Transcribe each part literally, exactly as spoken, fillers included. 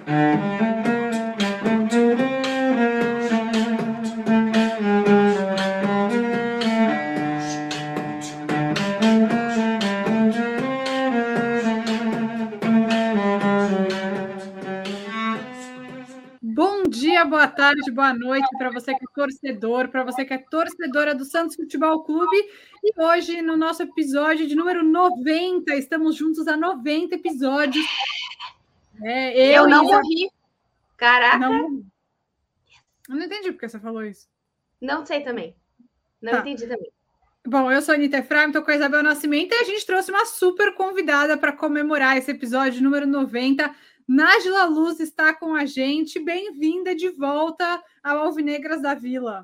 Bom dia, boa tarde, boa noite para você que é torcedor, para você que é torcedora do Santos Futebol Clube. E hoje, no nosso episódio de número noventa, estamos juntos há noventa episódios. É, eu, eu não Isa... morri. Caraca. Não... Eu não entendi porque você falou isso. Não sei também. Não tá. entendi também. Bom, eu sou a Anitta Efraim, estou com a Isabel Nascimento e a gente trouxe uma super convidada para comemorar esse episódio número noventa. Nájila Luz está com a gente. Bem-vinda de volta ao Alvinegras da Vila.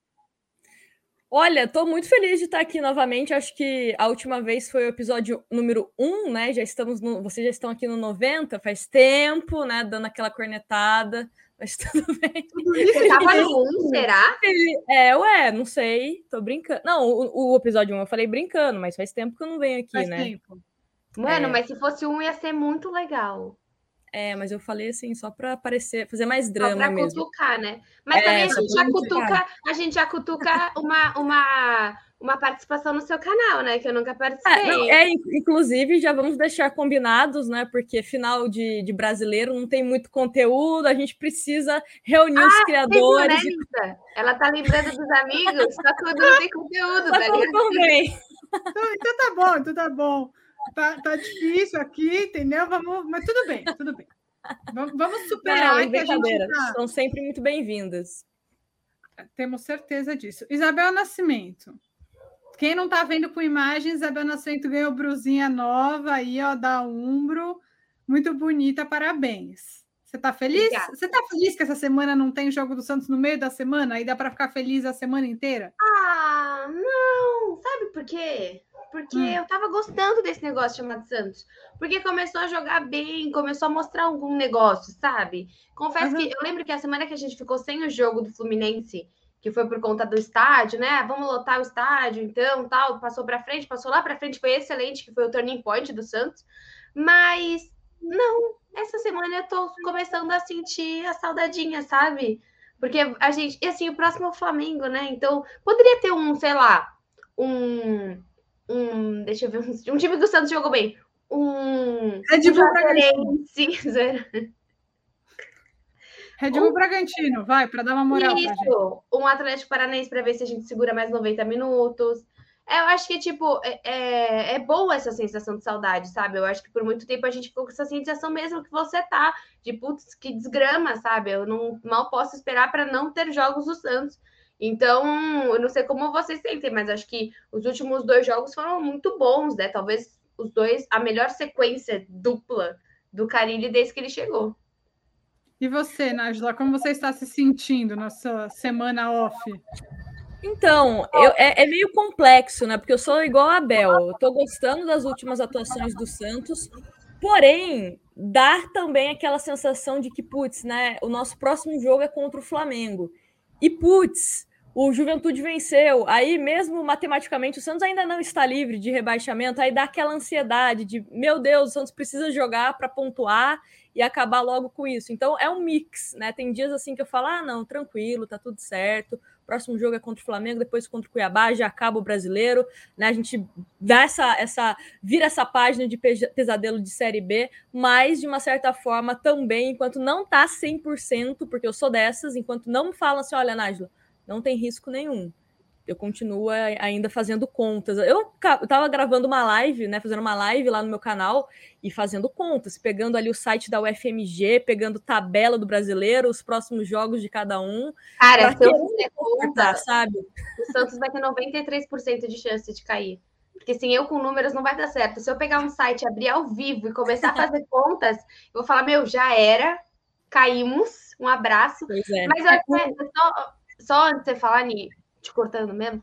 Olha, estou muito feliz de estar aqui novamente. Acho que a última vez foi o episódio número um, né? Já estamos no, vocês já estão aqui no noventa, faz tempo, né? Dando aquela cornetada, mas tudo bem. Você estava no um, será? É, ué, não sei, tô brincando. Não, o, o episódio um eu falei brincando, mas faz tempo que eu não venho aqui, faz né? Tempo. Mano, é. Mas se fosse um ia ser muito legal. É, mas eu falei assim, só para aparecer, fazer mais drama só pra mesmo. Para cutucar, né? Mas é, também a gente, já cutuca, a gente já cutuca uma, uma, uma participação no seu canal, né? Que eu nunca participei. É, não, é, inclusive, já vamos deixar combinados, né? Porque final de, de brasileiro não tem muito conteúdo, a gente precisa reunir ah, os criadores. Viu, né, e... Ela tá lembrando dos amigos, tá tudo não tem conteúdo, tá ligado? Então, então tá bom, então tá bom. Tá, tá difícil aqui, entendeu? Vamos, mas tudo bem, tudo bem. Vamos, vamos superar. Não, que a gente tá... São sempre muito bem-vindas. Temos certeza disso. Isabel Nascimento. Quem não tá vendo com imagens, Isabel Nascimento ganhou brusinha nova aí, ó, da Umbro. Muito bonita, parabéns. Você tá feliz? Obrigada. Você tá feliz que essa semana não tem jogo do Santos no meio da semana? Aí dá para ficar feliz a semana inteira? Ah, não! Sabe por quê? Porque hum. eu tava gostando desse negócio chamado Santos. Porque começou a jogar bem, começou a mostrar algum negócio, sabe? Confesso uhum. que eu lembro que a semana que a gente ficou sem o jogo do Fluminense, que foi por conta do estádio, né? Vamos lotar o estádio, então, tal. Passou pra frente, passou lá pra frente, foi excelente, que foi o turning point do Santos. Mas, não, essa semana eu tô começando a sentir a saudadinha, sabe? Porque a gente... E assim, o próximo é o Flamengo, né? Então, poderia ter um, sei lá, um... Um, deixa eu ver, um, um time que o Santos jogou bem. Um. Red Bull um Bragantino. Red Bull um, Bragantino, vai, para dar uma moral. Isso, pra gente. Um Atlético Paranaense para ver se a gente segura mais noventa minutos. É, eu acho que, tipo, é, é, é boa essa sensação de saudade, sabe? Eu acho que por muito tempo a gente ficou com essa sensação mesmo que você tá, de putz, que desgrama, sabe? Eu não mal posso esperar para não ter jogos do Santos. Então, eu não sei como vocês sentem, mas acho que os últimos dois jogos foram muito bons, né? Talvez os dois, a melhor sequência dupla do Carille desde que ele chegou. E você, Nájila, como você está se sentindo na sua semana off? Então, eu, é, é meio complexo, né? Porque eu sou igual a Abel. Eu tô gostando das últimas atuações do Santos, porém, dá também aquela sensação de que, putz, né? O nosso próximo jogo é contra o Flamengo. E, putz, o Juventude venceu, aí mesmo matematicamente o Santos ainda não está livre de rebaixamento, aí dá aquela ansiedade de, meu Deus, o Santos precisa jogar para pontuar e acabar logo com isso. Então é um mix, né? Tem dias assim que eu falo, ah, não, tranquilo, tá tudo certo, próximo jogo é contra o Flamengo, depois contra o Cuiabá, já acaba o Brasileiro, né? A gente dá essa, essa, vira essa página de pesadelo de Série B, mas de uma certa forma também, enquanto não tá cem por cento, porque eu sou dessas, enquanto não me falam assim, olha, Nájila, não tem risco nenhum. Eu continuo ainda fazendo contas. Eu estava gravando uma live, né? Fazendo uma live lá no meu canal e fazendo contas, pegando ali o site da U F M G, pegando tabela do brasileiro, os próximos jogos de cada um. Cara, se eu fizer conta, sabe? O Santos vai ter noventa e três por cento de chance de cair. Porque assim, eu com números não vai dar certo. Se eu pegar um site, abrir ao vivo e começar a fazer contas, eu vou falar, meu, já era, caímos, um abraço. Pois é. Mas eu, só, só antes de você falar, Ni, te cortando mesmo,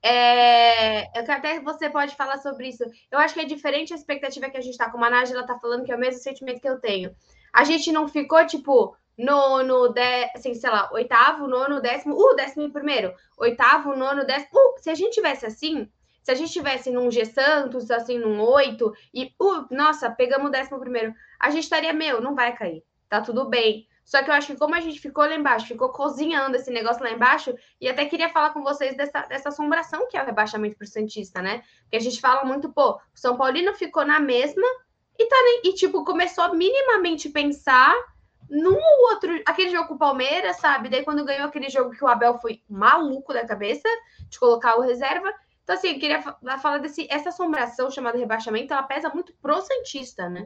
é, eu que até você pode falar sobre isso. Eu acho que é diferente a expectativa que a gente tá, como a Nájila tá falando, que é o mesmo sentimento que eu tenho. A gente não ficou, tipo, nono, dez, assim, sei lá, oitavo, nono, décimo, uh, décimo primeiro, oitavo, nono, décimo, uh, se a gente tivesse assim, se a gente tivesse num G Santos, assim, num oito, e, uh, nossa, pegamos o décimo primeiro, a gente estaria, meu, não vai cair. tá tudo bem. Só que eu acho que como a gente ficou lá embaixo, ficou cozinhando esse negócio lá embaixo, e até queria falar com vocês dessa, dessa assombração que é o rebaixamento pro Santista, né? Porque a gente fala muito, pô, o São Paulino ficou na mesma e, tá, e tipo, começou a minimamente pensar num ou outro, aquele jogo com o Palmeiras, sabe? Daí quando ganhou aquele jogo que o Abel foi maluco da cabeça de colocar o reserva. Então, assim, eu queria falar desse, essa assombração chamada rebaixamento, ela pesa muito pro Santista, né?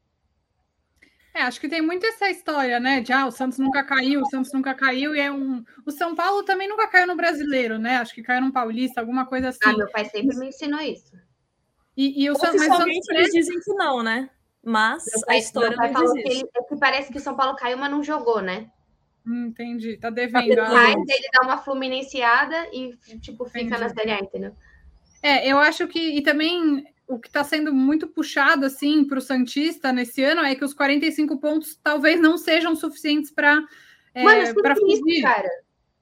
É, acho que tem muito essa história, né? De ah, o Santos nunca caiu, o Santos nunca caiu, e é um. O São Paulo também nunca caiu no Brasileiro, né? Acho que caiu no Paulista, alguma coisa assim. Ah, meu pai sempre me ensinou isso. E, e o Santos, oficialmente mas o Santos eles dizem que não, né? Mas pai, a história meu pai não falou diz que, ele, é que parece que o São Paulo caiu, mas não jogou, né? Hum, entendi, tá devendo. Tá mas ele dá uma fluminenseada e tipo fica entendi. Na Série A, entendeu? É, eu acho que e também o que está sendo muito puxado assim para o Santista nesse ano é que os quarenta e cinco pontos talvez não sejam suficientes para é, para fugir, cara.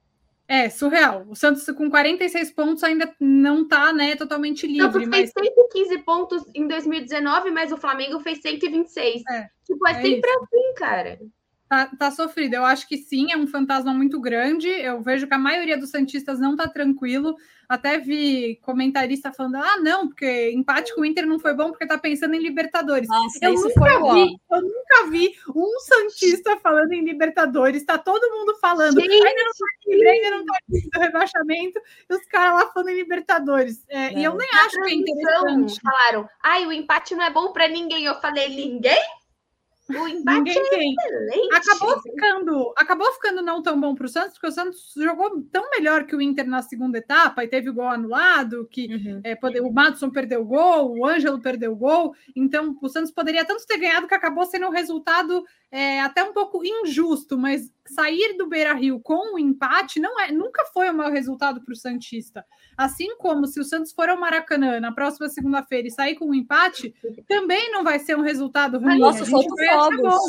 É, surreal. O Santos com quarenta e seis pontos ainda não está, né, totalmente livre. O Santos mas... fez cento e quinze pontos em dois mil e dezenove, mas o Flamengo fez cento e vinte e seis. É, tipo, é, é sempre isso. Assim, cara. Tá, tá sofrido. Eu acho que sim, é um fantasma muito grande. Eu vejo que a maioria dos santistas não tá tranquilo. Até vi comentarista falando: ah, não, porque empate com o Inter não foi bom porque tá pensando em Libertadores. Nossa, eu, isso nunca foi vi, eu nunca vi um santista falando em Libertadores. Tá todo mundo falando. Gente, ainda não tá livre, ainda não tá livre do rebaixamento. E os caras lá falando em Libertadores. É, é. E eu nem Na acho que é interessante. Falaram: ai, o empate não é bom para ninguém. Eu falei: ninguém? O embate Ninguém é tem. Excelente. Acabou ficando, acabou ficando não tão bom para o Santos, porque o Santos jogou tão melhor que o Inter na segunda etapa e teve o gol anulado, que uhum. é, pode, o Madison perdeu o gol, o Ângelo perdeu o gol, então o Santos poderia tanto ter ganhado que acabou sendo um resultado é, até um pouco injusto, mas sair do Beira-Rio com o empate não é, nunca foi o mau resultado para o Santista. Assim como se o Santos for ao Maracanã na próxima segunda-feira e sair com um empate, também não vai ser um resultado ruim. Nossa, solta fogos.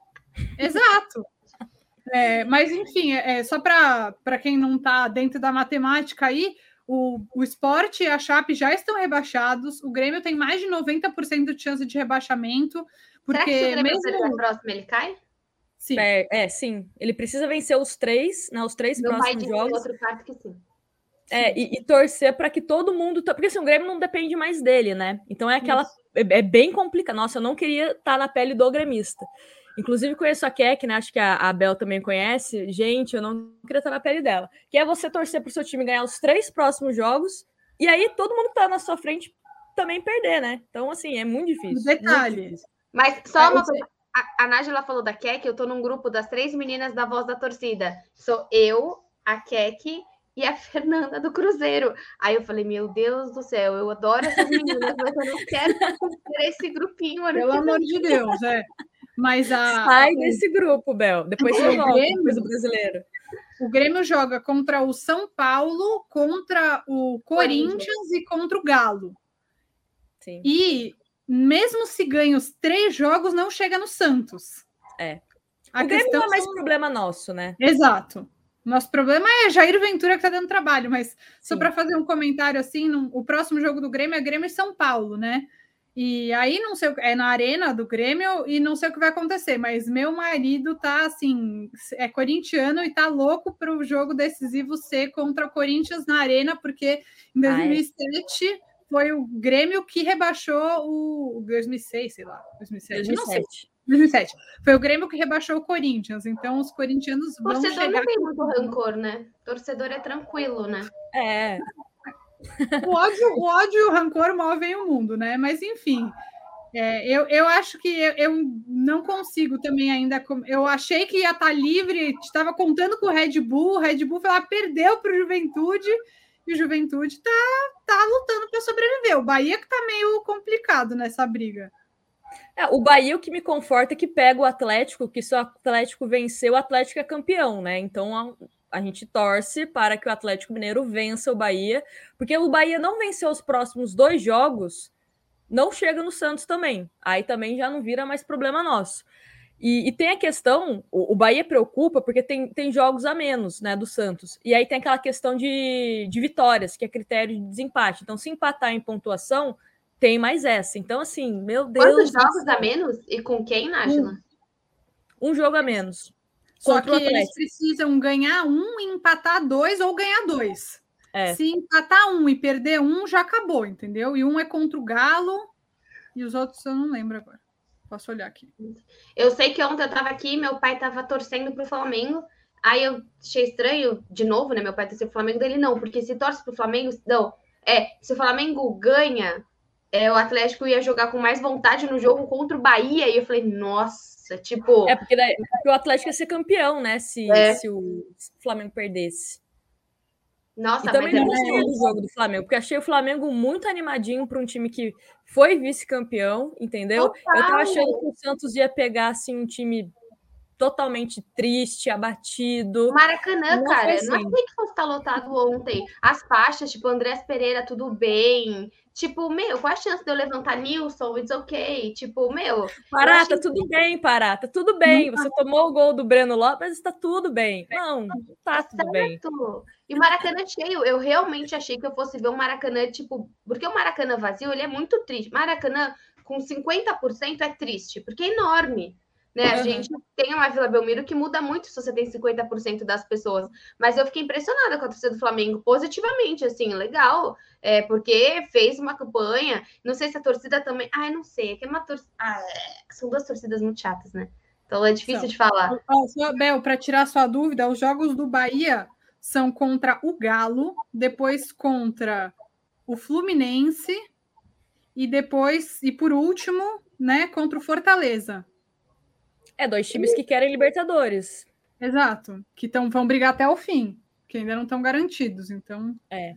Exato. É, mas, enfim, é, é, só para quem não está dentro da matemática aí, o, o Sport e a Chape já estão rebaixados, o Grêmio tem mais de noventa por cento de chance de rebaixamento. Porque será que se o Grêmio mesmo... na próxima ele cai? Sim. É, é, sim. Ele precisa vencer os três, né, os três Meu próximos pai jogos. Outro quarto que sim. É, e, e torcer para que todo mundo... Porque assim, o Grêmio não depende mais dele, né? Então é aquela... É, é bem complicado. Nossa, eu não queria estar na pele do gremista. Inclusive conheço a Kek, né? Acho que a, a Bel também conhece. Gente, eu não queria estar na pele dela. Que é você torcer para o seu time ganhar os três próximos jogos e aí todo mundo que tá na sua frente também perder, né? Então, assim, é muito difícil. Detalhe. Muito difícil. Mas só uma coisa. A, a Nájila falou da Kek, eu tô num grupo das três meninas da Voz da Torcida. Sou eu, a Kek e a Fernanda do Cruzeiro. Aí eu falei, meu Deus do céu, eu adoro essas meninas, mas eu não quero ter esse grupinho. Pelo amor de Deus, é. Mas a, Sai a, desse grupo, Bel. Depois você volta, depois do brasileiro. O Grêmio joga contra o São Paulo, contra o Corinthians, Corinthians. e contra o Galo. Sim. E mesmo se ganha os três jogos, não chega no Santos. É. A o Grêmio não é mais são... problema nosso, né? Exato. Nosso problema é Jair Ventura que tá dando trabalho, mas Sim. só para fazer um comentário assim, no, o próximo jogo do Grêmio é Grêmio e São Paulo, né? E aí não sei, é na arena do Grêmio e não sei o que vai acontecer, mas meu marido tá assim, é corintiano e tá louco para o jogo decisivo ser contra o Corinthians na arena, porque em dois mil e sete ah, é? foi o Grêmio que rebaixou o dois mil e seis, sei lá, dois mil e sete, dois mil e sete. Não sei. dois mil e sete. Foi o Grêmio que rebaixou o Corinthians, então os corintianos vão Torcedor chegar... não tem muito rancor, né? Torcedor é tranquilo, né? É. O ódio, o ódio e o rancor movem o mundo, né? Mas, enfim, é, eu, eu acho que eu, eu não consigo também ainda... Eu achei que ia estar livre, estava contando com o Red Bull, o Red Bull foi lá, perdeu para o Juventude, e o Juventude está tá lutando para sobreviver. O Bahia que está meio complicado nessa briga. É, o Bahia, o que me conforta é que pega o Atlético, que se o Atlético vencer, o Atlético é campeão, né? Então a, a gente torce para que o Atlético Mineiro vença o Bahia, porque o Bahia não venceu os próximos dois jogos, não chega no Santos também. Aí também já não vira mais problema nosso. E, e tem a questão, o, o Bahia preocupa porque tem, tem jogos a menos, né, do Santos. E aí tem aquela questão de, de vitórias, que é critério de desempate. Então, se empatar em pontuação, tem mais essa. Então, assim, meu Deus... Quantos jogos a menos? E com quem, Nájila? um jogo a menos. Só que eles precisam ganhar um e empatar dois ou ganhar dois. É. Se empatar um e perder um, já acabou, entendeu? E um é contra o Galo e os outros eu não lembro agora. Posso olhar aqui. Eu sei que ontem eu tava aqui, meu pai tava torcendo pro Flamengo. Aí eu achei estranho, de novo, né? Meu pai torceu pro Flamengo, dele não, porque se torce pro Flamengo, não. É, se o Flamengo ganha, é, o Atlético ia jogar com mais vontade no jogo contra o Bahia. E eu falei, nossa, tipo. É, porque, daí, porque o Atlético ia ser campeão, né? Se, é. se o Flamengo perdesse. Nossa, e também mas não gostei é do jogo do Flamengo, porque achei o Flamengo muito animadinho para um time que foi vice-campeão, entendeu? Total. Eu tava achando que o Santos ia pegar assim, um time totalmente triste, abatido. Maracanã, não cara, assim. Não achei que fosse estar lotado ontem. As faixas, tipo, Andrés Pereira, tudo bem. Tipo, meu, qual a chance de eu levantar Nilson? It's ok. Tipo, meu... Parata, tudo que... bem, Parata, tudo bem. Não Você tá... tomou o gol do Breno Lopes, está tudo bem. Não, não tá, tá tudo certo. bem. E o Maracanã cheio, eu realmente achei que eu fosse ver um Maracanã, tipo... Porque o Maracanã vazio, ele é muito triste. Maracanã com cinquenta por cento é triste, porque é enorme. Né? A uhum. gente tem uma Vila Belmiro que muda muito se você tem cinquenta por cento das pessoas. Mas eu fiquei impressionada com a torcida do Flamengo, positivamente, assim, legal. É, porque fez uma campanha. Não sei se a torcida também... Ah, não sei. É que é uma torcida... Ah, é... São duas torcidas muito chatas, né? Então é difícil então, de falar. Bel, para tirar sua dúvida, os jogos do Bahia são contra o Galo, depois contra o Fluminense e depois, e por último, né, contra o Fortaleza. É, dois times que querem Libertadores. Exato, que tão, vão brigar até o fim, que ainda não estão garantidos, então... É.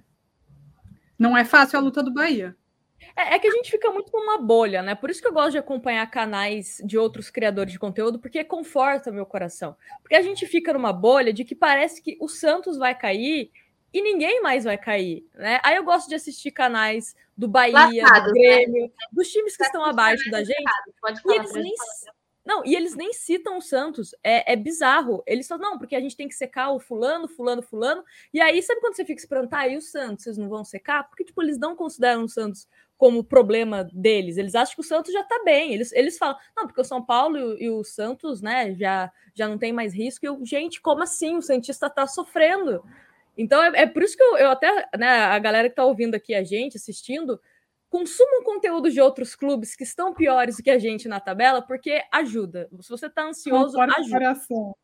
Não é fácil a luta do Bahia. É, é que a gente fica muito numa bolha, né? Por isso que eu gosto de acompanhar canais de outros criadores de conteúdo, porque conforta meu coração. Porque a gente fica numa bolha de que parece que o Santos vai cair e ninguém mais vai cair, né? Aí eu gosto de assistir canais do Bahia, Lascado, do Grêmio, né? dos times que estão abaixo da gente. Pode falar, e eles nem... Não, e eles nem citam o Santos, é, é bizarro. Eles falam, não, porque a gente tem que secar o fulano, fulano, fulano. E aí, sabe quando você fica esperando, tá, e o Santos, vocês não vão secar? Porque, tipo, eles não consideram o Santos como problema deles. Eles acham que o Santos já tá bem. Eles, eles falam, não, porque o São Paulo e, e o Santos, né, já, já não tem mais risco. E eu, gente, como assim? O Santista tá sofrendo. Então, é, é por isso que eu, eu até, né, a galera que tá ouvindo aqui a gente, assistindo, consumam conteúdo de outros clubes que estão piores do que a gente na tabela, porque ajuda. Se você está ansioso, Concordo ajuda. Coração.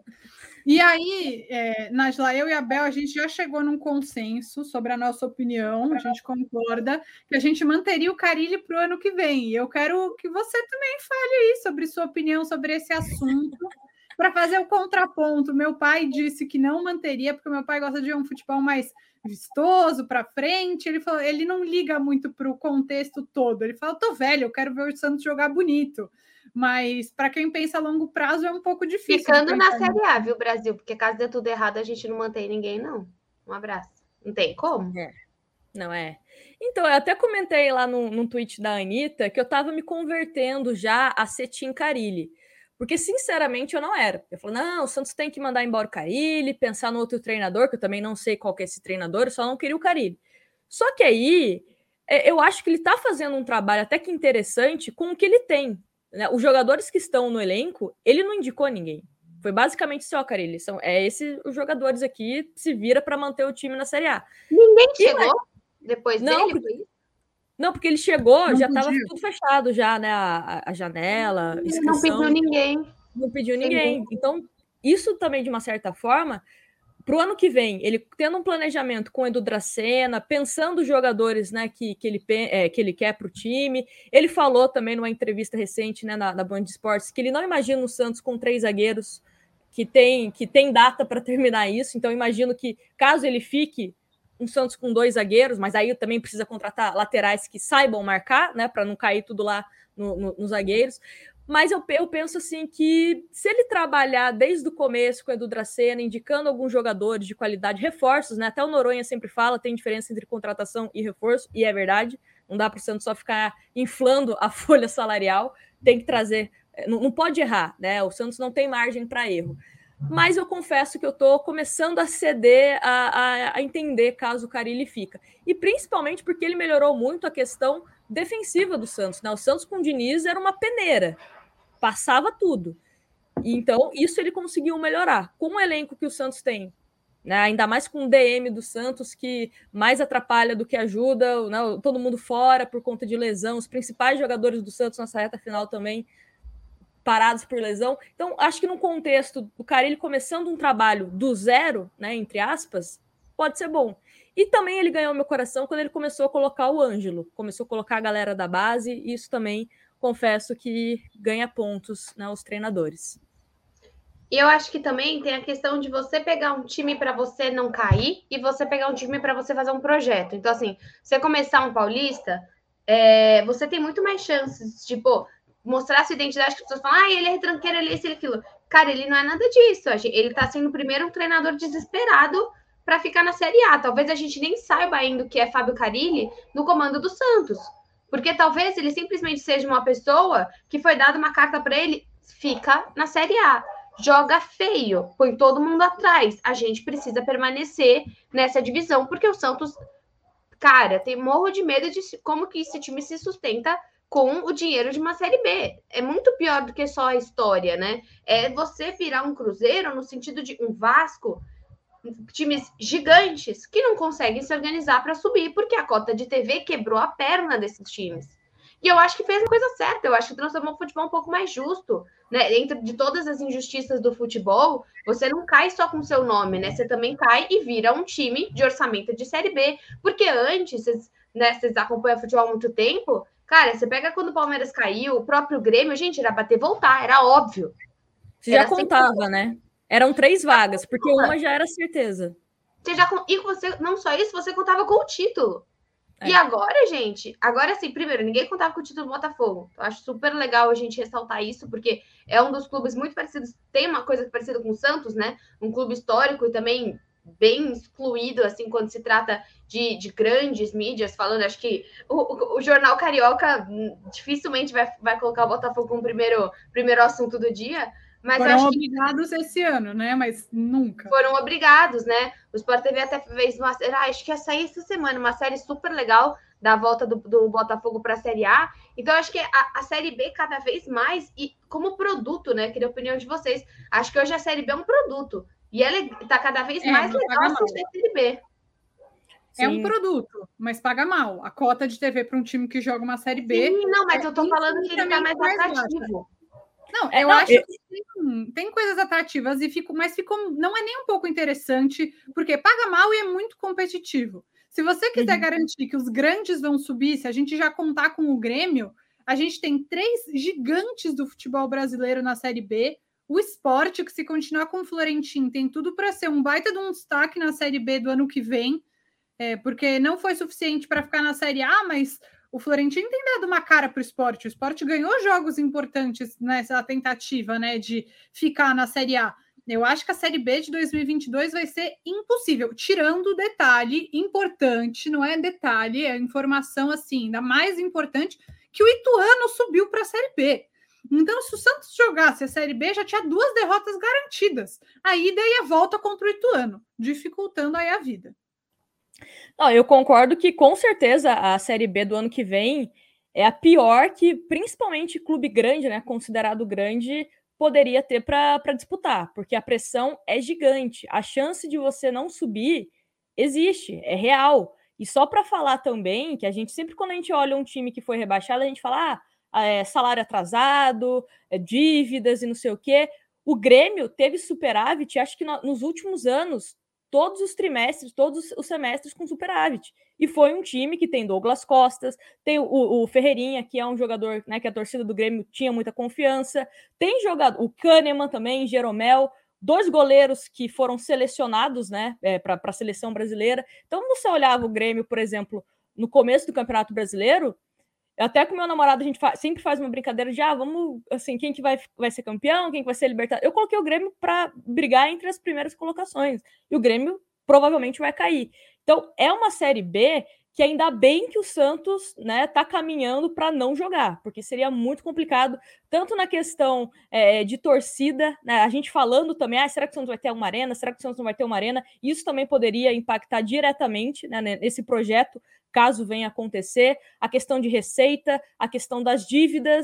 E aí, é, Najla, eu e a Bel, a gente já chegou num consenso sobre a nossa opinião, a gente concorda que a gente manteria o Carille para o ano que vem. E eu quero que você também fale aí sobre sua opinião sobre esse assunto, para fazer o contraponto. Meu pai disse que não manteria, porque meu pai gosta de um futebol mais vistoso, para frente. Ele falou, ele não liga muito para o contexto todo. Ele fala, tô velho, eu quero ver o Santos jogar bonito. Mas para quem pensa a longo prazo é um pouco difícil. Ficando na Série A, viu, Brasil? Porque caso dê tudo errado, a gente não mantém ninguém, não. Um abraço. Não tem como? É. Não é. Então, eu até comentei lá no, no tweet da Anitta que eu tava me convertendo já a ser Tim Carille. Porque, sinceramente, eu não era. Eu falei, não, o Santos tem que mandar embora o Carille, pensar no outro treinador, que eu também não sei qual que é esse treinador, eu só não queria o Carille. Só que aí, eu acho que ele tá fazendo um trabalho até que interessante com o que ele tem. Né? Os jogadores que estão no elenco, ele não indicou ninguém. Foi basicamente só, Carille. São, é esses os jogadores aqui, se vira para manter o time na Série A. Ninguém chegou e, depois não, dele? Porque, não, porque ele chegou, não já estava tudo fechado já, né? A, a janela, inscrição. Não pediu ninguém. Não pediu ninguém. Sim. Então, isso também, de uma certa forma, para o ano que vem, ele tendo um planejamento com o Edu Dracena, pensando os jogadores, né, que, que, ele, é, que ele quer para o time. Ele falou também numa entrevista recente, né, na, na Band Esportes, que ele não imagina o Santos com três zagueiros, que tem, que tem data para terminar isso. Então, imagino que, caso ele fique, um Santos com dois zagueiros, mas aí também precisa contratar laterais que saibam marcar, né, para não cair tudo lá no, no, nos zagueiros. Mas eu, eu penso assim que se ele trabalhar desde o começo com o Edu Dracena, indicando alguns jogadores de qualidade, reforços, né? Até o Noronha sempre fala, tem diferença entre contratação e reforço, e é verdade. Não dá para o Santos só ficar inflando a folha salarial, tem que trazer, não, não pode errar, né? O Santos não tem margem para erro. Mas eu confesso que eu estou começando a ceder, a, a, a entender caso o Carille fica. E principalmente porque ele melhorou muito a questão defensiva do Santos, né? O Santos com o Diniz era uma peneira, passava tudo. Então, isso ele conseguiu melhorar. Com o elenco que o Santos tem, né, ainda mais com o D M do Santos, que mais atrapalha do que ajuda, né, todo mundo fora por conta de lesão, os principais jogadores do Santos nessa reta final também parados por lesão. Então, acho que no contexto do Carille começando um trabalho do zero, né, entre aspas, pode ser bom. E também ele ganhou meu coração quando ele começou a colocar o Ângelo, começou a colocar a galera da base, e isso também, confesso que ganha pontos, né, os treinadores. E eu acho que também tem a questão de você pegar um time para você não cair e você pegar um time para você fazer um projeto. Então, assim, você começar um paulista, é, você tem muito mais chances de, pô, mostrar sua identidade, que as pessoas falam, ah, ele é retranqueiro, ele é isso, ele é aquilo. Cara, ele não é nada disso. Ele tá sendo primeiro um treinador desesperado para ficar na Série A. Talvez a gente nem saiba ainda o que é Fábio Carille no comando do Santos. Porque talvez ele simplesmente seja uma pessoa que foi dada uma carta para ele, fica na Série A. Joga feio, põe todo mundo atrás. A gente precisa permanecer nessa divisão, porque o Santos, cara, tem morro de medo de como que esse time se sustenta com o dinheiro de uma Série B. É muito pior do que só a história, né? É você virar um Cruzeiro no sentido de um Vasco, times gigantes que não conseguem se organizar para subir, porque a cota de T V quebrou a perna desses times. E eu acho que fez a coisa certa, eu acho que transformou o futebol um pouco mais justo, né? Dentro de todas as injustiças do futebol, você não cai só com seu nome, né? Você também cai e vira um time de orçamento de Série B. Porque antes, vocês, né, vocês acompanham futebol há muito tempo, cara, você pega quando o Palmeiras caiu, o próprio Grêmio, gente, era bater e voltar, era óbvio. Você já contava, sempre... né? Eram três vagas, porque uma já era certeza. Você já, e você, não só isso, você contava com o título. É. E agora, gente, agora sim, primeiro, ninguém contava com o título do Botafogo. Eu acho super legal a gente ressaltar isso, porque é um dos clubes muito parecidos, tem uma coisa parecida com o Santos, né? Um clube histórico e também bem excluído, assim, quando se trata de, de grandes mídias, falando, acho que o, o, o Jornal Carioca dificilmente vai, vai colocar o Botafogo como primeiro, primeiro assunto do dia. Mas foram acho obrigados que... esse ano, né? Mas nunca. Foram obrigados, né? O Sport T V até fez uma... Ah, acho que ia sair essa semana, uma série super legal da volta do, do Botafogo para a Série A. Então, acho que a, a Série B cada vez mais, e como produto, né? Queria a opinião de vocês. Acho que hoje a Série B é um produto. E ela está cada vez é, mais legal assistir a Série B. É Sim. um produto, mas paga mal. A cota de T V para um time que joga uma Série B... Sim, não, mas é eu tô falando que ele está mais atrativo. Não, eu é, não, acho eu... que tem, tem coisas atrativas, e fico, mas ficou, não é nem um pouco interessante, porque paga mal e é muito competitivo. Se você quiser uhum. garantir que os grandes vão subir, se a gente já contar com o Grêmio, a gente tem três gigantes do futebol brasileiro na Série B, o Sport, que se continuar com o Florentino, tem tudo para ser um baita de um destaque na Série B do ano que vem, é, porque não foi suficiente para ficar na Série A, mas... O Florentino tem dado uma cara para o Sport. O Sport ganhou jogos importantes nessa tentativa, né, de ficar na Série A. Eu acho que a Série B de dois mil e vinte e dois vai ser impossível, tirando o detalhe importante, não é detalhe, é informação assim, ainda mais importante, que o Ituano subiu para a Série B. Então, se o Santos jogasse a Série B, já tinha duas derrotas garantidas. A ida e a volta contra o Ituano, dificultando aí a vida. Não, eu concordo que, com certeza, a Série B do ano que vem é a pior que, principalmente, clube grande, né, considerado grande, poderia ter para disputar, porque a pressão é gigante. A chance de você não subir existe, é real. E só para falar também, que a gente sempre, quando a gente olha um time que foi rebaixado, a gente fala, ah, é, salário atrasado, é, dívidas e não sei o quê. O Grêmio teve superávit, acho que no, nos últimos anos, todos os trimestres, todos os semestres com superávit. E foi um time que tem Douglas Costas, tem o, o Ferreirinha, que é um jogador, né, que a torcida do Grêmio tinha muita confiança, tem jogador, o Kahneman também, Jeromel, dois goleiros que foram selecionados, né, é, para a seleção brasileira. Então, você olhava o Grêmio, por exemplo, no começo do Campeonato Brasileiro, até com o meu namorado, a gente fa- sempre faz uma brincadeira de, ah, vamos, assim, quem que vai, vai ser campeão, quem que vai ser libertador. Eu coloquei o Grêmio para brigar entre as primeiras colocações, e o Grêmio provavelmente vai cair. Então, é uma Série B que ainda bem que o Santos, né, tá caminhando para não jogar, porque seria muito complicado, tanto na questão é, de torcida, né, a gente falando também, ah, será que o Santos vai ter uma arena? Será que o Santos não vai ter uma arena? Isso também poderia impactar diretamente, né, nesse projeto, caso venha acontecer, a questão de receita, a questão das dívidas,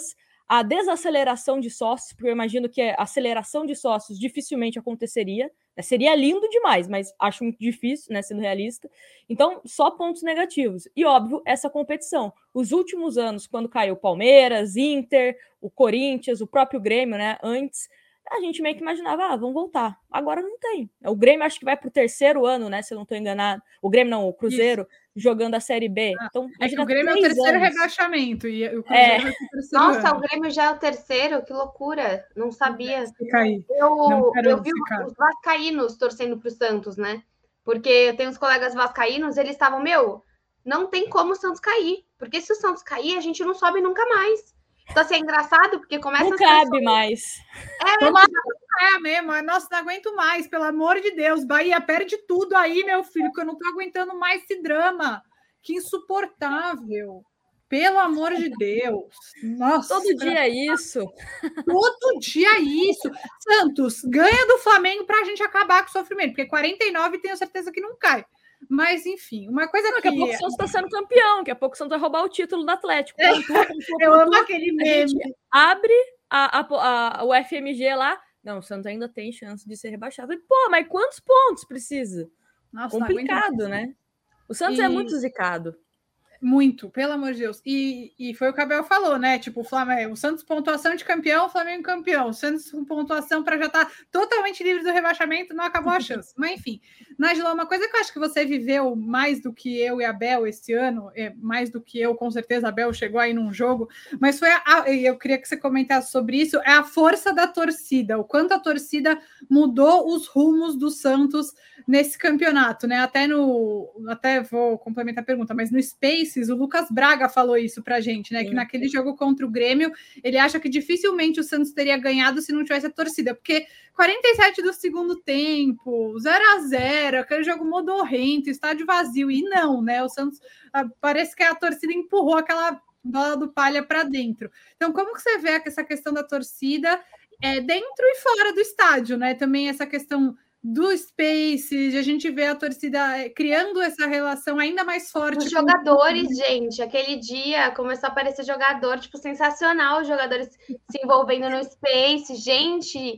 a desaceleração de sócios, porque eu imagino que a aceleração de sócios dificilmente aconteceria, né? Seria lindo demais, mas acho muito difícil, né, sendo realista. Então, só pontos negativos. E, óbvio, essa competição. Os últimos anos, quando caiu o Palmeiras, Inter, o Corinthians, o próprio Grêmio, né, antes, a gente meio que imaginava, ah, vão voltar. Agora não tem. O Grêmio acho que vai para o terceiro ano, né, se eu não estou enganado. O Grêmio não, o Cruzeiro, isso, jogando a Série B. Ah, então, é que o Grêmio é o terceiro anos. rebaixamento e o Cruzeiro é. é o terceiro Nossa, ano. O Grêmio já é o terceiro? Que loucura. Não sabia. Cair. Eu, não eu vi ficar. Os vascaínos torcendo para o Santos, né? Porque eu tenho uns colegas vascaínos, eles estavam, meu, não tem como o Santos cair. Porque se o Santos cair, a gente não sobe nunca mais. Então, assim, é engraçado, porque começa não a cabe pessoas... mais. É, Toma... é mesmo. Nossa, não aguento mais, pelo amor de Deus. Bahia, perde tudo aí, meu filho, que eu não tô aguentando mais esse drama. Que insuportável. Pelo amor de Deus. Nossa. Todo dia é isso. Todo dia é isso. Santos, ganha do Flamengo pra gente acabar com o sofrimento, porque quarenta e nove tenho certeza que não cai. Mas, enfim, uma coisa não, que... Daqui a pouco o Santos está sendo campeão, daqui a pouco o Santos vai roubar o título do Atlético. É. Pontua, pontua, eu amo aquele meme. Abre a, a, a, o F M G lá. Não, o Santos ainda tem chance de ser rebaixado. Pô, mas quantos pontos precisa? Nossa, complicado, né? O Santos e... é muito zicado. Muito, pelo amor de Deus. E, e foi o que o Abel falou, né? Tipo, o, Flamengo, o Santos pontuação de campeão, o Flamengo campeão. O Santos com pontuação para já estar tá totalmente livre do rebaixamento, não acabou a chance. Mas enfim, Nájila, uma coisa que eu acho que você viveu mais do que eu e Abel esse ano, é, mais do que eu, com certeza, Abel chegou aí num jogo, mas foi a, a, eu queria que você comentasse sobre isso, é a força da torcida, o quanto a torcida mudou os rumos do Santos nesse campeonato, né? Até no, até vou complementar a pergunta, mas no Spaces, o Lucas Braga falou isso pra gente, né? Sim. Que naquele jogo contra o Grêmio, ele acha que dificilmente o Santos teria ganhado se não tivesse a torcida, porque quarenta e sete do segundo tempo, zero a zero, aquele jogo modorrento, estádio vazio, e não, né? O Santos, parece que a torcida empurrou aquela bola do palha para dentro. Então, como que você vê essa questão da torcida é, dentro e fora do estádio, né? Também essa questão do Space, de a gente ver a torcida criando essa relação ainda mais forte. Os jogadores, com... gente, aquele dia começou a aparecer jogador, tipo, sensacional, os jogadores se envolvendo no Space, gente,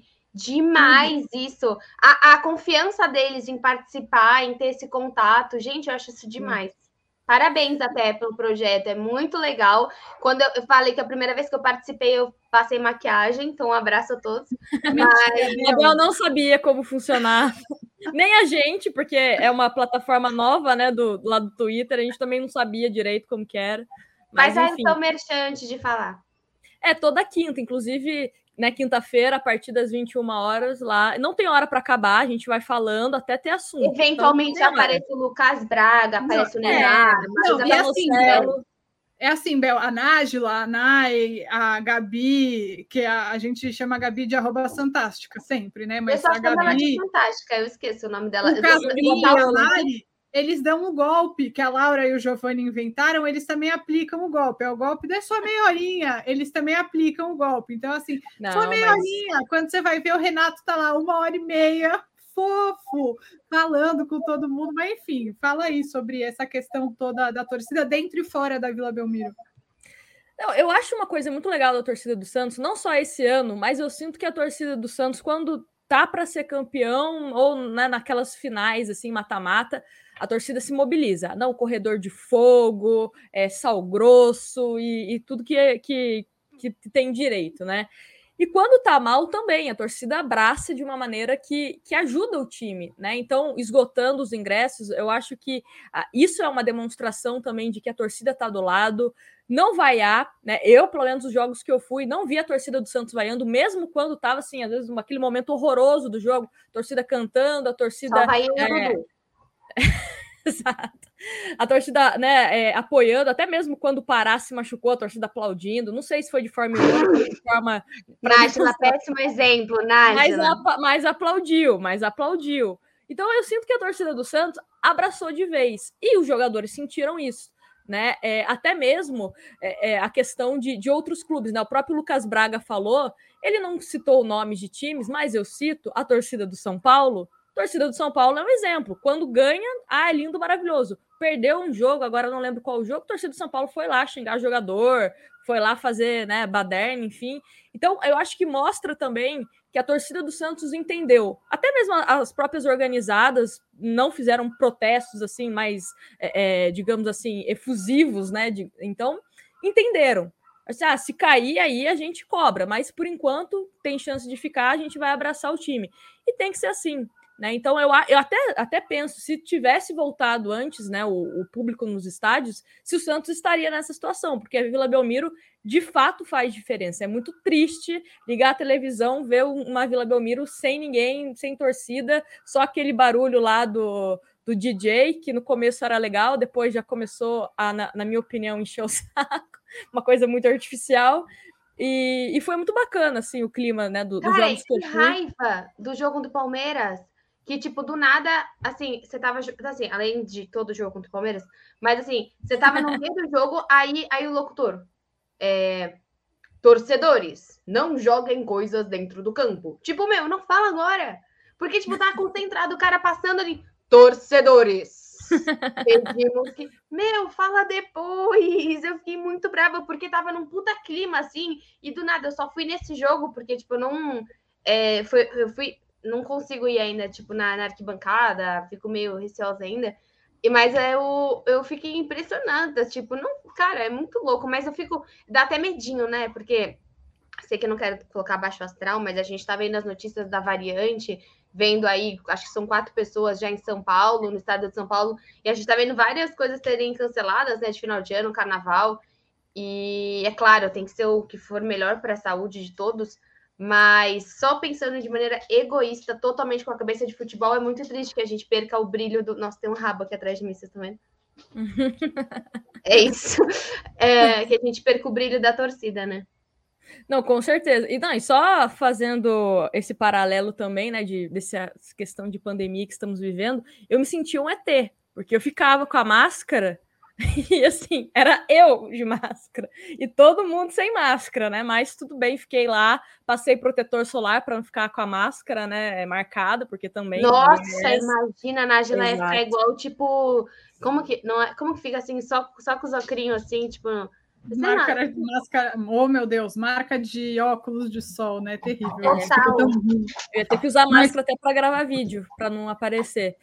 demais uhum. isso. A, a confiança deles em participar, em ter esse contato, gente, eu acho isso demais. Uhum. Parabéns até pelo projeto, é muito legal. Quando eu, eu falei que a primeira vez que eu participei, eu passei maquiagem, então um abraço a todos. Mas... A Bel não sabia como funcionar, nem a gente, porque é uma plataforma nova, né, do, do lado do Twitter, a gente também não sabia direito como que era. Mas, mas aí, então, merchante de falar. É, toda quinta, inclusive... né, quinta-feira, a partir das vinte e uma horas lá. Não tem hora para acabar, a gente vai falando até ter assunto. Eventualmente então, aparece o Lucas Braga, aparece não, o Neymar. É, não, é, assim, Bel, é assim, Bel, a Nájila, a Nai, a Gabi, que a, a gente chama a Gabi de arroba fantástica sempre, né? Mas eu só a Gabi... ela de fantástica, eu esqueço o nome dela. O Casarinho e a Lari, eles dão um golpe que a Laura e o Giovanni inventaram, eles também aplicam o golpe. É o golpe da sua meia horinha, eles também aplicam o golpe. Então, assim, não, sua meia mas... horinha, quando você vai ver, o Renato tá lá uma hora e meia, fofo, falando com todo mundo. Mas, enfim, fala aí sobre essa questão toda da torcida dentro e fora da Vila Belmiro. Não, eu acho uma coisa muito legal da torcida do Santos, não só esse ano, mas eu sinto que a torcida do Santos, quando tá para ser campeão ou né, naquelas finais assim mata-mata, a torcida se mobiliza, não, corredor de fogo, é, sal grosso e, e tudo que, que, que tem direito, né? E quando tá mal também, a torcida abraça de uma maneira que, que ajuda o time, né? Então, esgotando os ingressos, eu acho que ah, isso é uma demonstração também de que a torcida tá do lado, não vaiar, né? Eu, pelo menos, os jogos que eu fui, não vi a torcida do Santos vaiando, mesmo quando tava, assim, às vezes, aquele momento horroroso do jogo, a torcida cantando, a torcida... Só vai é... Exato. A torcida, né, é, apoiando, até mesmo quando o Pará se machucou, a torcida aplaudindo. Não sei se foi de forma irônica ou de forma... Nájila, péssimo exemplo, Nájila. Mas, mas aplaudiu, mas aplaudiu. Então eu sinto que a torcida do Santos abraçou de vez. E os jogadores sentiram isso, né? É, até mesmo é, é, a questão de, de outros clubes, né? O próprio Lucas Braga falou, ele não citou nomes de times, mas eu cito a torcida do São Paulo, A torcida do São Paulo é um exemplo. Quando ganha, ah, é lindo, maravilhoso. Perdeu um jogo, agora não lembro qual jogo, a torcida do São Paulo foi lá xingar jogador, foi lá fazer, né, baderna, enfim. Então, eu acho que mostra também que a torcida do Santos entendeu. Até mesmo as próprias organizadas não fizeram protestos, assim, mais, é, é, digamos assim, efusivos, né? De, então, entenderam. Assim, ah, se cair, aí a gente cobra. Mas, por enquanto, tem chance de ficar, a gente vai abraçar o time. E tem que ser assim. Né? Então, eu, eu até, até penso, se tivesse voltado antes, né, o, o público nos estádios, se o Santos estaria nessa situação, porque a Vila Belmiro, de fato, faz diferença. É muito triste ligar a televisão, ver uma Vila Belmiro sem ninguém, sem torcida, só aquele barulho lá do, do D J, que no começo era legal, depois já começou, a, na, na minha opinião, encher o saco, uma coisa muito artificial. E, e foi muito bacana, assim, o clima, né, do, dos Cara, jogos que eu que fui. raiva do jogo do Palmeiras. Que, tipo, do nada, assim, você tava, assim, além de todo o jogo contra o Palmeiras, mas, assim, você tava no meio do jogo, aí, aí o locutor, é, torcedores, não joguem coisas dentro do campo. Tipo, meu, não fala agora. Porque, tipo, tava concentrado, o cara passando ali, torcedores. Pedimos que, meu, fala depois. Eu fiquei muito brava, porque tava num puta clima, assim, e do nada, eu só fui nesse jogo, porque, tipo, eu não, é, foi, eu fui... não consigo ir ainda, tipo, na, na arquibancada, fico meio receosa ainda. E, mas eu, eu fiquei impressionada, tipo, não, cara, é muito louco, mas eu fico, dá até medinho, né? Porque sei que eu não quero colocar baixo astral, mas a gente tá vendo as notícias da variante, vendo aí, acho que são quatro pessoas já em São Paulo, no estado de São Paulo, e a gente tá vendo várias coisas serem canceladas, né, de final de ano, carnaval, e é claro, tem que ser o que for melhor para a saúde de todos, mas só pensando de maneira egoísta, totalmente com a cabeça de futebol, é muito triste que a gente perca o brilho do... Nossa, tem um rabo aqui atrás de mim, vocês estão vendo? É isso. É, que a gente perca o brilho da torcida, né? Não, com certeza. E, não, e só fazendo esse paralelo também, né, de, dessa questão de pandemia que estamos vivendo, eu me senti um E T, porque eu ficava com a máscara e, assim, era eu de máscara e todo mundo sem máscara, né, mas tudo bem, fiquei lá, passei protetor solar para não ficar com a máscara, né, marcada, porque também... Nossa, imagina, a Nájila ia ficar igual, tipo... Como que, não é, como que fica, assim, só, só com os ocrinhos, assim, tipo... Máscara, máscara, oh meu Deus, marca de óculos de sol, né? Terrível. É. Eu ia ter que usar máscara Mas... até para gravar vídeo, para não aparecer.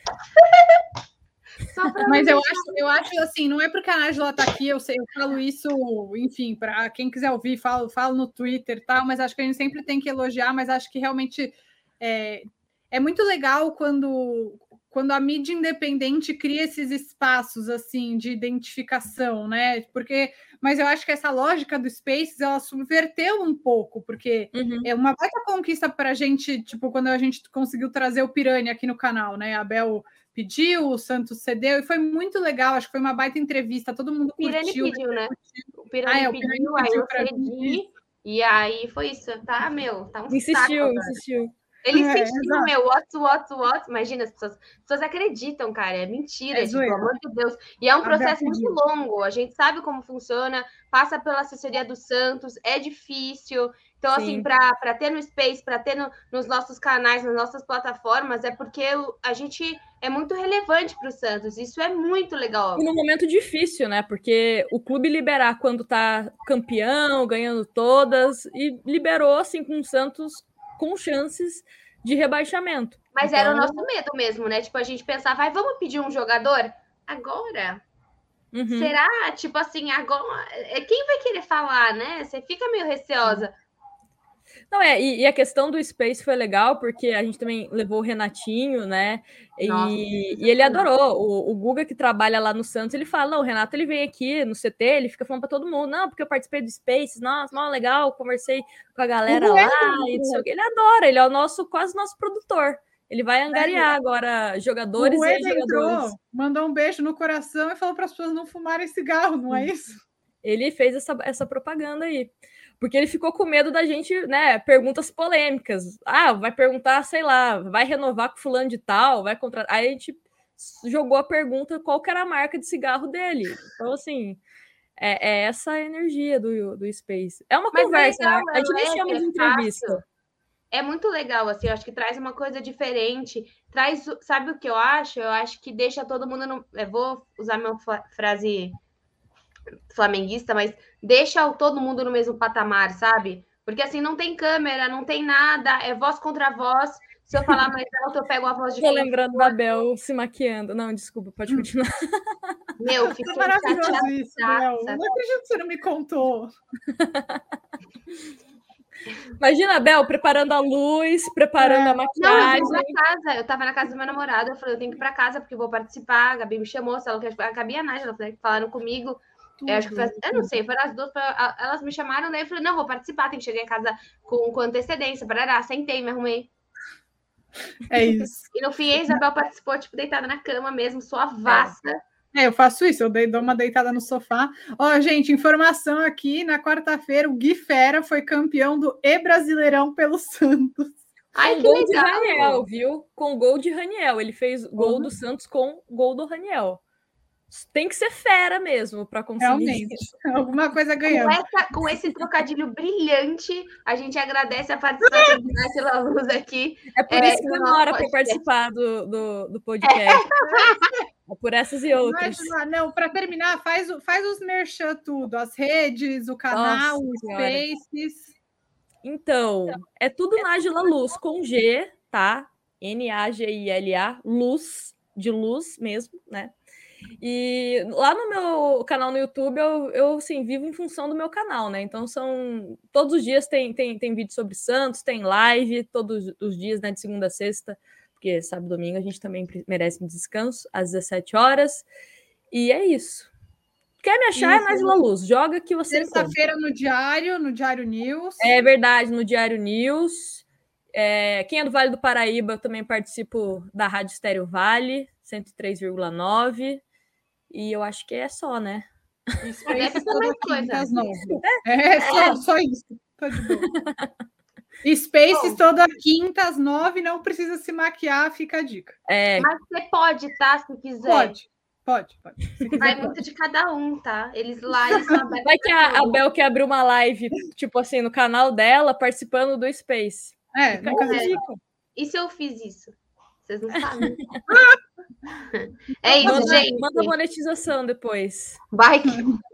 Mas eu acho, eu acho assim, não é porque a Nájila tá aqui, eu sei, eu falo isso, enfim, para quem quiser ouvir, falo, falo no Twitter e tal, mas acho que a gente sempre tem que elogiar, mas acho que realmente é, é muito legal quando, quando a mídia independente cria esses espaços assim de identificação, né? Porque, mas eu acho que essa lógica do Spaces ela subverteu um pouco, porque uhum. é uma baita conquista para a gente, tipo, quando a gente conseguiu trazer o Piranha aqui no canal, né? A Bel pediu, o Santos cedeu, e foi muito legal, acho que foi uma baita entrevista, todo mundo Piranha curtiu. Pediu, né? O Piranha ah, é, pediu, pediu, aí eu cedi, e aí foi isso, tá, meu, tá um insistiu, saco. Insistiu, insistiu. Ele insistiu, é, meu, what, what, what, imagina, as pessoas, as pessoas acreditam, cara, é mentira, é tipo, pelo amor de Deus. E é um processo muito longo, a gente sabe como funciona, passa pela assessoria do Santos, é difícil. Então, Sim. assim, para ter no Space, para ter no, nos nossos canais, nas nossas plataformas, é porque a gente é muito relevante para o Santos. Isso é muito legal. E num momento difícil, né? Porque o clube liberar quando tá campeão, ganhando todas, e liberou, assim, com o Santos com chances de rebaixamento. Mas então... era o nosso medo mesmo, né? Tipo, a gente pensava, vai, vamos pedir um jogador? Agora? Uhum. Será? Tipo assim, agora... Quem vai querer falar, né? Você fica meio receosa. Não, é, e, e a questão do Space foi legal, porque a gente também levou o Renatinho, né? Nossa, e, e ele adorou. O, o Guga, que trabalha lá no Santos, ele fala: não, o Renato ele vem aqui no C T, ele fica falando para todo mundo, não, porque eu participei do Space, nossa, mal legal, conversei com a galera uhum. lá, e não sei o que. Ele adora, ele é o nosso, quase nosso produtor. Ele vai angariar é. agora jogadores o e jogadores. Entrou, mandou um beijo no coração e falou para as pessoas não fumarem cigarro, não é isso? Ele fez essa, essa propaganda aí. Porque ele ficou com medo da gente, né, perguntas polêmicas. Ah, vai perguntar, sei lá, vai renovar com fulano de tal, vai contratar. Aí a gente jogou a pergunta qual que era a marca de cigarro dele. Então, assim, é, é essa a energia do, do Space. É uma Mas conversa, é legal, né? A gente nem chama de entrevista. Fácil. é muito legal, assim, eu acho que traz uma coisa diferente, traz, sabe o que eu acho? Eu acho que deixa todo mundo, no, eu vou usar minha frase flamenguista, mas deixa todo mundo no mesmo patamar, sabe? Porque assim, não tem câmera, não tem nada, é voz contra voz. Se eu falar mais alto, eu pego a voz de Tô lembrando da Bel se maquiando. Não, desculpa, pode continuar. Meu, fiquei é maravilhoso isso, Bel. Não acredito que você não me contou. Imagina a Bel preparando a luz, preparando é. a maquiagem. Não, eu vim pra casa, eu tava na casa do meu namorado, eu falei, eu tenho que ir pra casa porque eu vou participar. A Gabi me chamou, se ela quer, a Gabi e a Nádia, elas falaram comigo. Eu acho que foi, eu não sei, foram as duas, elas me chamaram, daí eu falei, não, vou participar, tem que chegar em casa com, com antecedência, parará, sentei, me arrumei. É isso. E no fim, a Isabel participou, tipo, deitada na cama mesmo, suavaça. É, eu faço isso, eu dou uma deitada no sofá. Ó, gente, informação aqui, na quarta-feira, o Gui Fera foi campeão do E-Brasileirão pelo Santos. Ai, com gol legal. de Raniel, viu? Com gol de Raniel, ele fez gol uhum. do Santos com gol do Raniel. Tem que ser fera mesmo para conseguir. Realmente, alguma coisa ganhamos. Com, essa, com esse trocadilho brilhante, a gente agradece a participação de Nádia Luz aqui. É por é, isso que demora para participar do, do, do podcast. É. É por essas e outras. Imagina, não, para terminar, faz, faz os merchan tudo, as redes, o canal, os Spaces. Então, é tudo Nájila Luz, com G, tá? N A G I L A, Luz, de luz mesmo, né? E lá no meu canal no YouTube, eu, eu assim, vivo em função do meu canal, né? Então, são todos os dias tem, tem, tem vídeo sobre Santos, tem live, todos os dias, né? De segunda a sexta, porque sábado e domingo a gente também merece um descanso, às dezessete horas. E é isso. Quer me achar? Isso, é Nájila Luz. Joga que você encontra. Terça-feira no Diário, no Diário News. É verdade, no Diário News. É, quem é do Vale do Paraíba, eu também participo da Rádio Estéreo Vale, cento e três vírgula nove. E eu acho que é só, né? Space toda quinta às nove. É, é só, só isso. Tô de boa. Spaces toda quinta às nove, não precisa se maquiar, fica a dica. É. Mas você pode, tá? Se quiser. Pode, pode, pode. Se quiser, vai pode. muito de cada um, tá? Eles lá, eles são vai que a, a Bel quer abrir uma live, tipo assim, no canal dela, participando do Space. É, fica é. dica. E se eu fiz isso? Vocês não sabem. É isso, manda, gente. Manda monetização depois. Vai.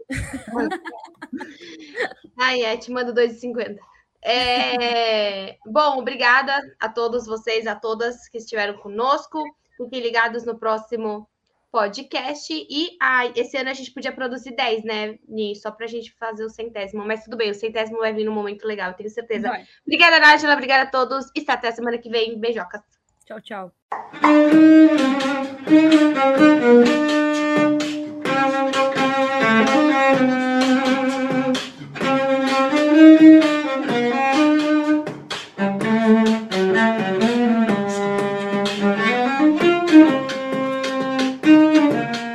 Ai, é, te mando dois e cinquenta. É... Bom, obrigada a todos vocês, a todas que estiveram conosco. Fiquem ligados no próximo podcast. E ai, esse ano a gente podia produzir dez, né, Ni? Só pra gente fazer o centésimo. Mas tudo bem, o centésimo vai vir num momento legal, eu tenho certeza. Vai. Obrigada, Nájila. Obrigada a todos. E até a semana que vem. Beijocas. Tchau, tchau. Thank you.